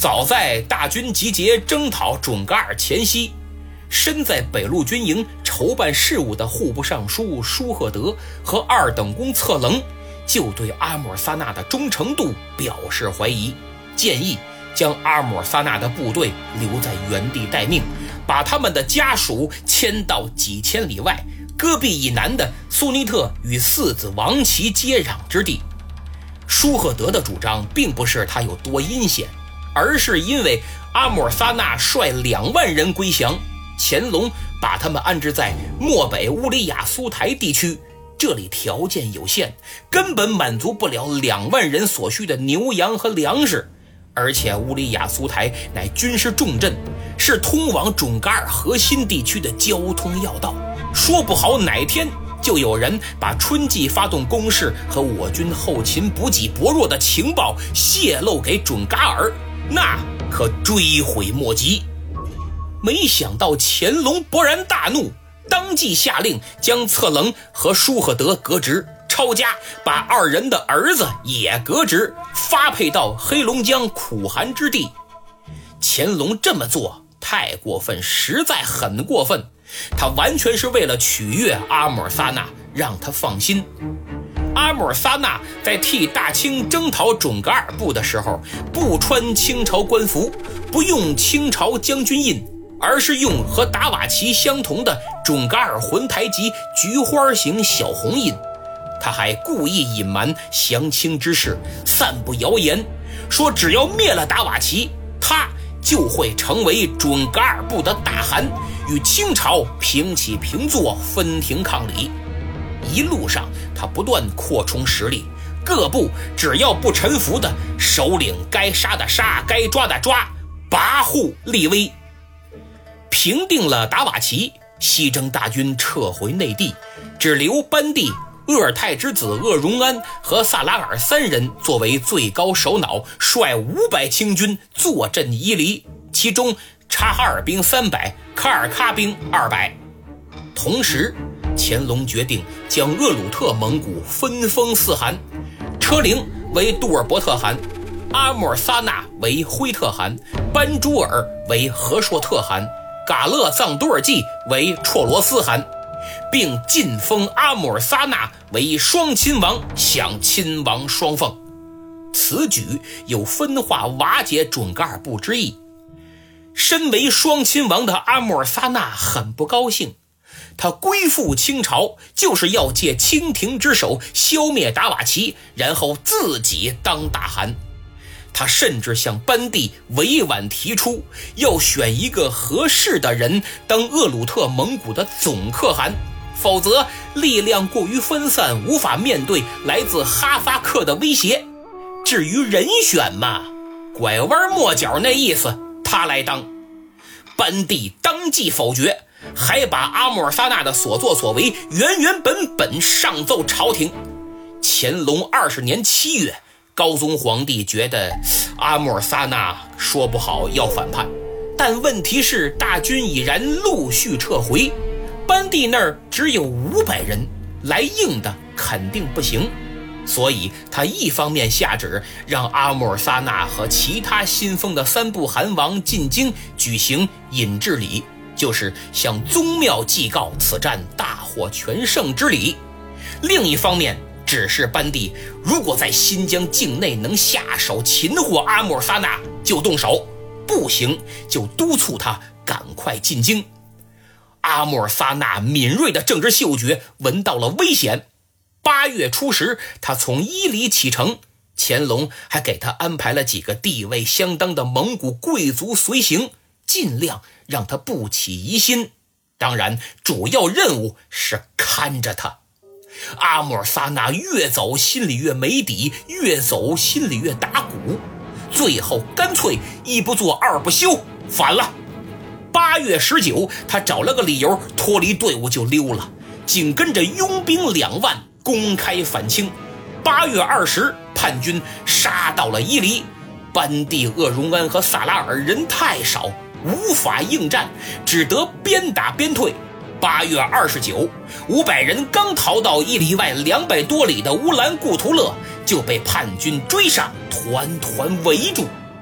早在大军集结征讨准噶尔前夕，身在北路军营筹办事务的户部尚书舒赫德和二等公策棱就对阿穆尔萨纳的忠诚度表示怀疑，建议将阿穆尔萨纳的部队留在原地待命，把他们的家属迁到几千里外戈壁以南的苏尼特与四子王旗接壤之地。舒赫德的主张并不是他有多阴险，而是因为阿穆尔萨纳率2万人归降，乾隆把他们安置在漠北乌里雅苏台地区，这里条件有限，根本满足不了2万人所需的牛羊和粮食，而且乌里雅苏台乃军事重镇，是通往准噶尔核心地区的交通要道，说不好哪天就有人把春季发动攻势和我军后勤补给薄弱的情报泄露给准噶尔，那可追悔莫及。没想到乾隆勃然大怒，当即下令将策棱和舒赫德革职，抄家把2人的儿子也革职，发配到黑龙江苦寒之地。乾隆这么做太过分，实在很过分，他完全是为了取悦阿穆尔萨纳，让他放心。阿穆尔萨纳在替大清征讨准噶尔部的时候，不穿清朝官服，不用清朝将军印，而是用和达瓦齐相同的准噶尔浑台级菊花形小红印。他还故意隐瞒降清之事，散布谣言，说只要灭了达瓦齐，他就会成为准噶尔部的大汗，与清朝平起平坐，分庭抗礼。一路上他不断扩充实力，各部只要不臣服的，首领该杀的杀，该抓的抓，跋扈立威。平定了达瓦齐，西征大军撤回内地，只留班第、鄂尔泰之子鄂荣安和萨拉尔3人作为最高首脑，率500清军坐镇伊犁，其中察哈尔兵300，卡尔喀兵200。同时乾隆决定将鄂鲁特蒙古分封4汗，车陵为杜尔伯特汗，阿穆尔萨纳为辉特汗，班朱尔为和硕特汗，噶勒藏多尔济为绰罗斯汗，并晋封阿穆尔萨纳为双亲王，享亲王双俸。此举有分化瓦解准噶尔部之意。身为双亲王的阿穆尔萨纳很不高兴，他归附清朝就是要借清廷之手消灭达瓦齐，然后自己当大汗。他甚至向班第委婉提出要选一个合适的人当鄂鲁特蒙古的总可汗，否则力量过于分散，无法面对来自哈萨克的威胁。至于人选嘛，拐弯抹角那意思，他来当。班第当即否决，还把阿穆尔萨纳的所作所为原本上奏朝廷。乾隆20年7月，高宗皇帝觉得阿穆尔萨纳说不好要反叛，但问题是大军已然陆续撤回，班第那儿只有500人，来硬的肯定不行。所以他一方面下旨让阿穆尔萨纳和其他新封的3部汗王进京举行引致礼，就是向宗庙祭告此战大获全胜之礼。另一方面指示班第，如果在新疆境内能下手擒获阿穆尔萨纳就动手，不行就督促他赶快进京。阿穆尔萨纳敏锐的政治嗅觉闻到了危险。8月初时，他从伊犁启程，乾隆还给他安排了几个地位相当的蒙古贵族随行，尽量让他不起疑心。当然，主要任务是看着他。阿穆尔萨纳越走心里越没底，越走心里越打鼓，最后干脆一不做二不休，反了。8月19，他找了个理由脱离队伍就溜了，紧跟着拥兵2万公开反清。8月20，叛军杀到了伊犁，班第鄂荣安和萨拉尔人太少，无法应战，只得边打边退。8月29， 500人刚逃到伊犁外200多里的乌兰固图勒，就被叛军追上，团团围住。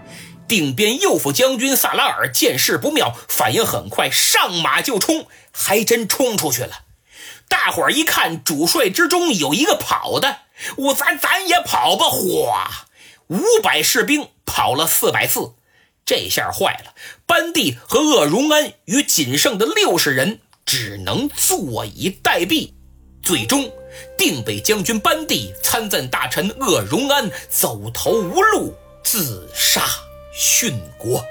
定边右副将军萨拉尔见势不妙，反应很快，上马就冲，还真冲出去了。大伙儿一看主帅之中有一个跑的，咱也跑吧，哗，500士兵跑了400次。这下坏了，班第和鄂荣安与仅剩的60人只能坐以待毙。最终定北将军班第、参赞大臣鄂荣安走投无路，自杀殉国。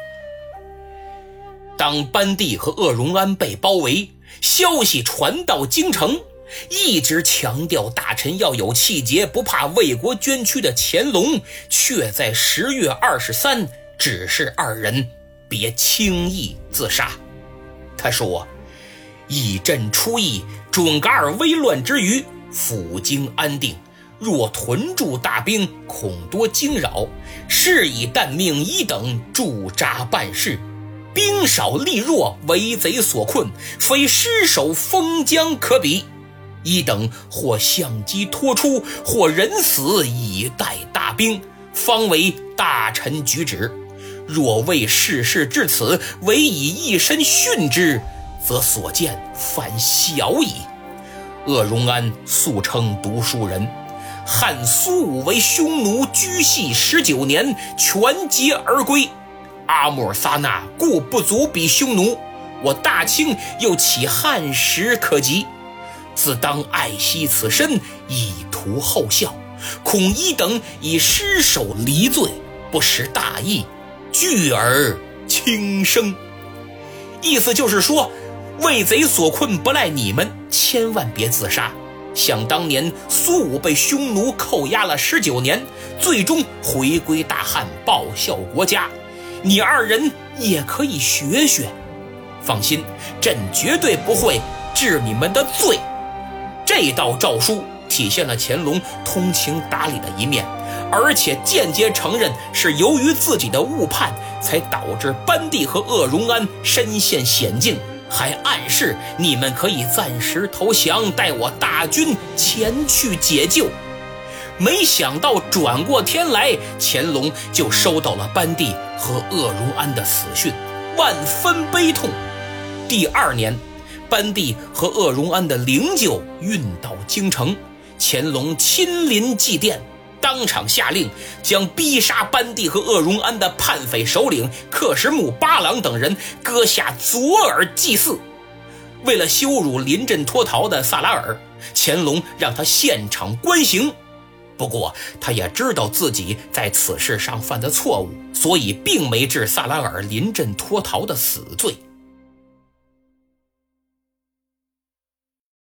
当班第和鄂荣安被包围，消息传到京城，一直强调大臣要有气节，不怕为国捐躯的乾隆，却在10月23指示2人别轻易自杀。他说，义朕出议，准噶尔危乱之余，抚京安定，若屯驻大兵，恐多惊扰，是以但命一等驻扎办事。兵少力弱，为贼所困，非失守封疆可比。一等或相机拖出，或人死以待大兵，方为大臣举止。若为世事至此，唯以一身殉之，则所见反小矣。鄂荣安素称读书人，汉苏武为匈奴居系19年，全节而归。阿穆尔萨那故不足比匈奴，我大清又岂汉时可及？自当爱惜此身，以图后效。恐一等以失守离罪，不识大义，拒而轻生。意思就是说，为贼所困不赖你们，千万别自杀。想当年苏武被匈奴扣押了19年，最终回归大汉，报效国家，你2人也可以学学。放心，朕绝对不会治你们的罪。这道诏书体现了乾隆通情达理的一面，而且间接承认是由于自己的误判，才导致班第和鄂荣安身陷险境，还暗示你们可以暂时投降，待我大军前去解救。没想到转过天来，乾隆就收到了班第和鄂荣安的死讯，万分悲痛。第2年，班第和鄂荣安的灵柩运到京城，乾隆亲临祭奠，当场下令将逼杀班第和鄂荣安的叛匪首领克什木八郎等人割下左耳祭祀。为了羞辱临阵脱逃的萨拉尔，乾隆让他现场关刑。不过他也知道自己在此事上犯的错误，所以并没治萨拉尔临阵脱逃的死罪。